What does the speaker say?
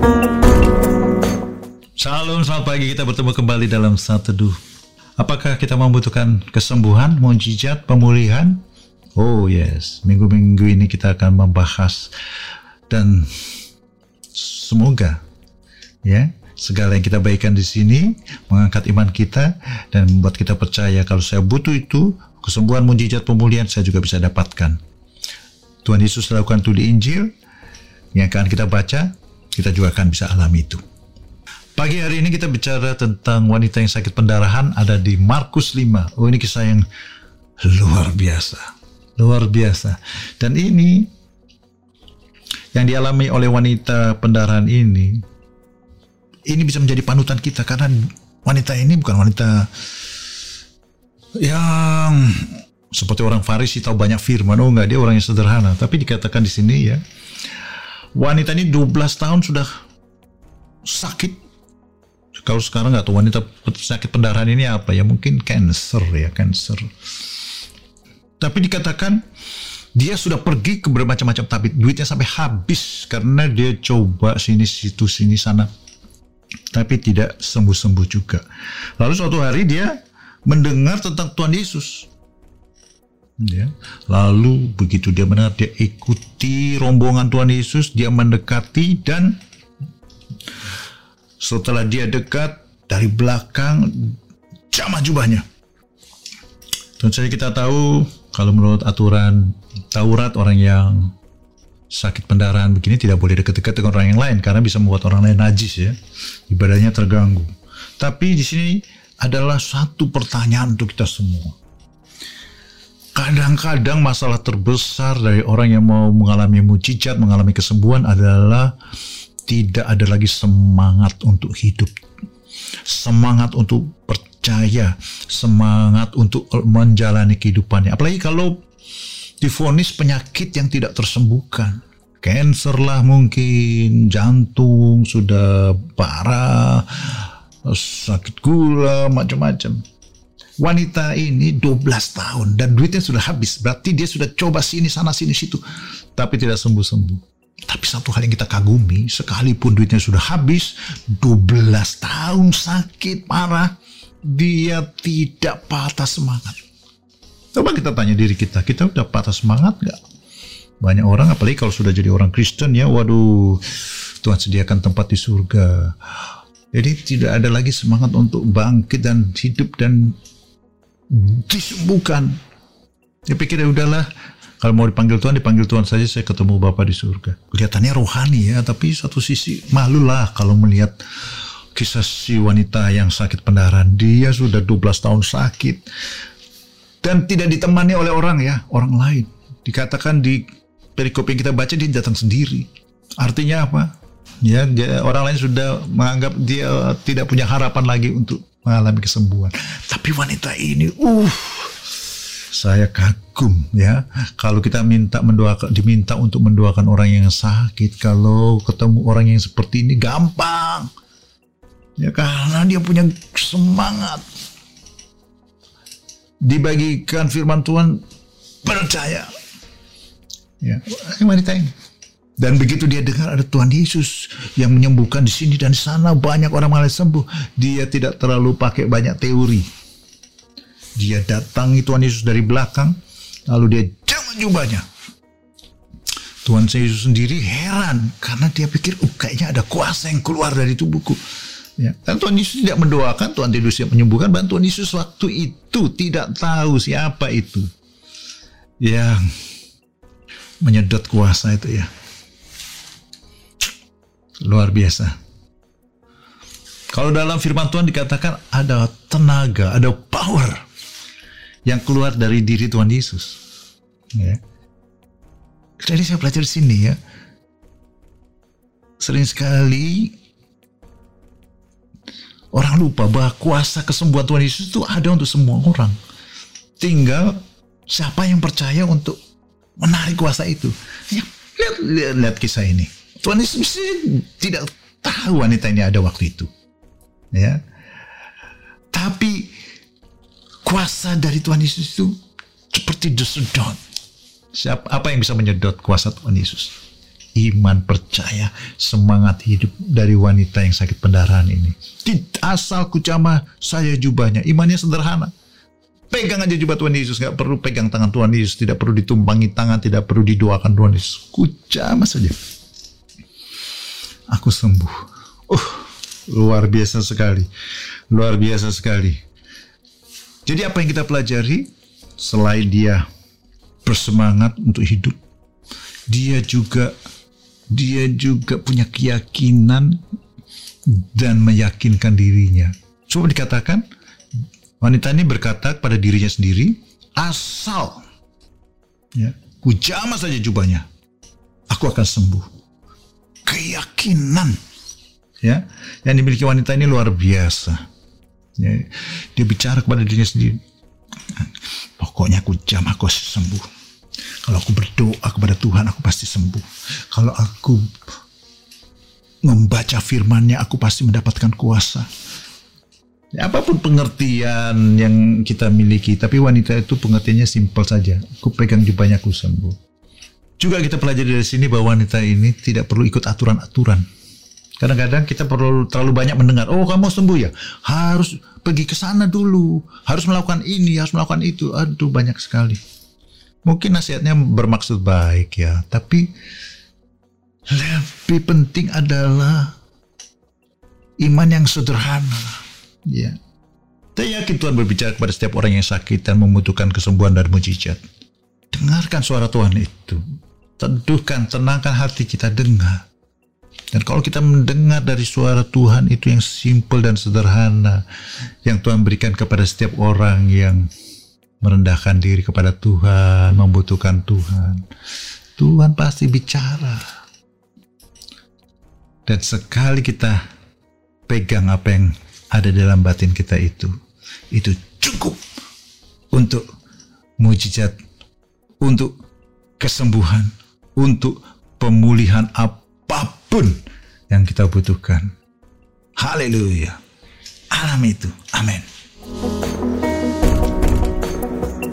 Shalom, selamat pagi. Kita bertemu kembali dalam Saat Teduh. Apakah kita membutuhkan kesembuhan, mukjizat, pemulihan? Oh yes, minggu-minggu ini kita akan membahas dan semoga ya segala yang kita baikkan di sini mengangkat iman kita dan membuat kita percaya kalau saya butuh itu, kesembuhan, mukjizat, pemulihan saya juga bisa dapatkan. Tuhan Yesus lakukan itu di Injil yang akan kita baca, kita juga akan bisa alami itu. Pagi hari ini kita bicara tentang wanita yang sakit pendarahan, ada di Markus 5. Oh, ini kisah yang luar biasa. Luar biasa. Dan ini yang dialami oleh wanita pendarahan ini bisa menjadi panutan kita, karena wanita ini bukan wanita yang seperti orang Farisi tahu banyak firman. Oh enggak, dia orang yang sederhana. Tapi dikatakan di sini ya, wanita ini 12 tahun sudah sakit. Kalau sekarang nggak tahu wanita sakit pendarahan ini apa ya, mungkin cancer. Tapi dikatakan dia sudah pergi ke bermacam-macam tabib, duitnya sampai habis karena dia coba sini situ sini sana, tapi tidak sembuh-sembuh juga. Lalu suatu hari dia mendengar tentang Tuhan Yesus. Ya. Lalu begitu dia mendengar, dia ikuti rombongan Tuhan Yesus, dia mendekati dan setelah dia dekat, dari belakang jamah jubahnya. Tentu saja kita tahu kalau menurut aturan Taurat, orang yang sakit pendarahan begini tidak boleh dekat-dekat dengan orang yang lain karena bisa membuat orang lain najis ya, ibadahnya terganggu. Tapi di sini adalah satu pertanyaan untuk kita semua. Kadang-kadang masalah terbesar dari orang yang mau mengalami mukjizat, mengalami kesembuhan adalah tidak ada lagi semangat untuk hidup, semangat untuk percaya, semangat untuk menjalani kehidupannya. Apalagi kalau divonis penyakit yang tidak tersembuhkan, cancer lah mungkin, jantung sudah parah, sakit gula, macam-macam. Wanita ini 12 tahun dan duitnya sudah habis, berarti dia sudah coba sini sana sini situ, tapi tidak sembuh-sembuh. Tapi satu hal yang kita kagumi, sekalipun duitnya sudah habis, 12 tahun sakit parah, dia tidak patah semangat. Coba kita tanya diri kita udah patah semangat gak? Banyak orang, apalagi kalau sudah jadi orang Kristen ya, waduh, Tuhan sediakan tempat di surga. Jadi tidak ada lagi semangat untuk bangkit dan hidup dan disembuhkan. Dia pikir ya udahlah, kalau mau dipanggil Tuhan saja, saya ketemu Bapa di surga. Kelihatannya rohani ya, tapi satu sisi malulah kalau melihat kisah si wanita yang sakit pendarahan. Dia sudah 12 tahun sakit dan tidak ditemani oleh orang lain. Dikatakan di perikop yang kita baca, dia datang sendiri. Artinya apa? Ya, orang lain sudah menganggap dia tidak punya harapan lagi untuk mengalami kesembuhan. Tapi wanita ini, saya kagum ya. Kalau kita diminta untuk mendoakan orang yang sakit, kalau ketemu orang yang seperti ini gampang. Ya, karena dia punya semangat. Dibagikan firman Tuhan, percaya. Ya, wanita ini. Dan begitu dia dengar ada Tuhan Yesus yang menyembuhkan di sini dan di sana, banyak orang mengalami sembuh, dia tidak terlalu pakai banyak teori. Dia datangi Tuhan Yesus dari belakang, lalu dia jamah jubahnya. Tuhan Yesus sendiri heran karena dia pikir, kayaknya ada kuasa yang keluar dari tubuhku. Ya, dan Tuhan Yesus tidak mendoakan, Tuhan Yesus yang menyembuhkan. Dan Tuhan Yesus waktu itu tidak tahu siapa itu yang menyedot kuasa itu ya. Luar biasa. Kalau dalam firman Tuhan dikatakan ada tenaga, ada power yang keluar dari diri Tuhan Yesus. Ya. Jadi saya belajar di sini ya. Sering sekali orang lupa bahwa kuasa kesembuhan Tuhan Yesus itu ada untuk semua orang. Tinggal siapa yang percaya untuk menarik kuasa itu. Ya, lihat kisah ini. Tuhan Yesus tidak tahu wanita ini ada waktu itu. Ya. Tapi kuasa dari Tuhan Yesus itu seperti disedot. Apa yang bisa menyedot kuasa Tuhan Yesus? iman, percaya, semangat hidup dari wanita yang sakit pendarahan ini. Asal ku jamah saya jubahnya, imannya sederhana. Pegang aja jubah Tuhan Yesus, gak perlu pegang tangan Tuhan Yesus, tidak perlu ditumpangi tangan, tidak perlu didoakan Tuhan Yesus. Ku jamah saja, aku sembuh. Luar biasa sekali, luar biasa sekali. Jadi apa yang kita pelajari? Selain dia bersemangat untuk hidup, dia juga punya keyakinan dan meyakinkan dirinya. Coba dikatakan, wanita ini berkata pada dirinya sendiri, asal ku jamah saja jubahnya, aku akan sembuh. Keyakinan yang dimiliki wanita ini luar biasa. Dia bicara kepada dirinya sendiri, pokoknya aku jamah, aku sembuh. Kalau aku berdoa kepada Tuhan, aku pasti sembuh. Kalau aku membaca firman-Nya, aku pasti mendapatkan kuasa. Apapun pengertian yang kita miliki, tapi wanita itu pengertiannya simpel saja. Aku pegang jubahnya, aku sembuh. Juga kita pelajari dari sini bahwa wanita ini tidak perlu ikut aturan-aturan. Kadang-kadang kita perlu terlalu banyak mendengar, oh kamu sembuh ya, harus pergi ke sana dulu, harus melakukan ini, harus melakukan itu. Aduh, banyak sekali. Mungkin nasihatnya bermaksud baik ya, tapi lebih penting adalah iman yang sederhana. Ya, saya yakin Tuhan berbicara kepada setiap orang yang sakit dan membutuhkan kesembuhan dan mujizat. Dengarkan suara Tuhan itu, teduhkan, tenangkan hati kita dengar. Dan kalau kita mendengar dari suara Tuhan itu yang simpel dan sederhana, yang Tuhan berikan kepada setiap orang yang merendahkan diri kepada Tuhan, membutuhkan Tuhan, Tuhan pasti bicara. Dan sekali kita pegang apa yang ada dalam batin kita itu cukup untuk mujizat, untuk kesembuhan, untuk pemulihan apapun yang kita butuhkan. Haleluya. Alami itu. Amin.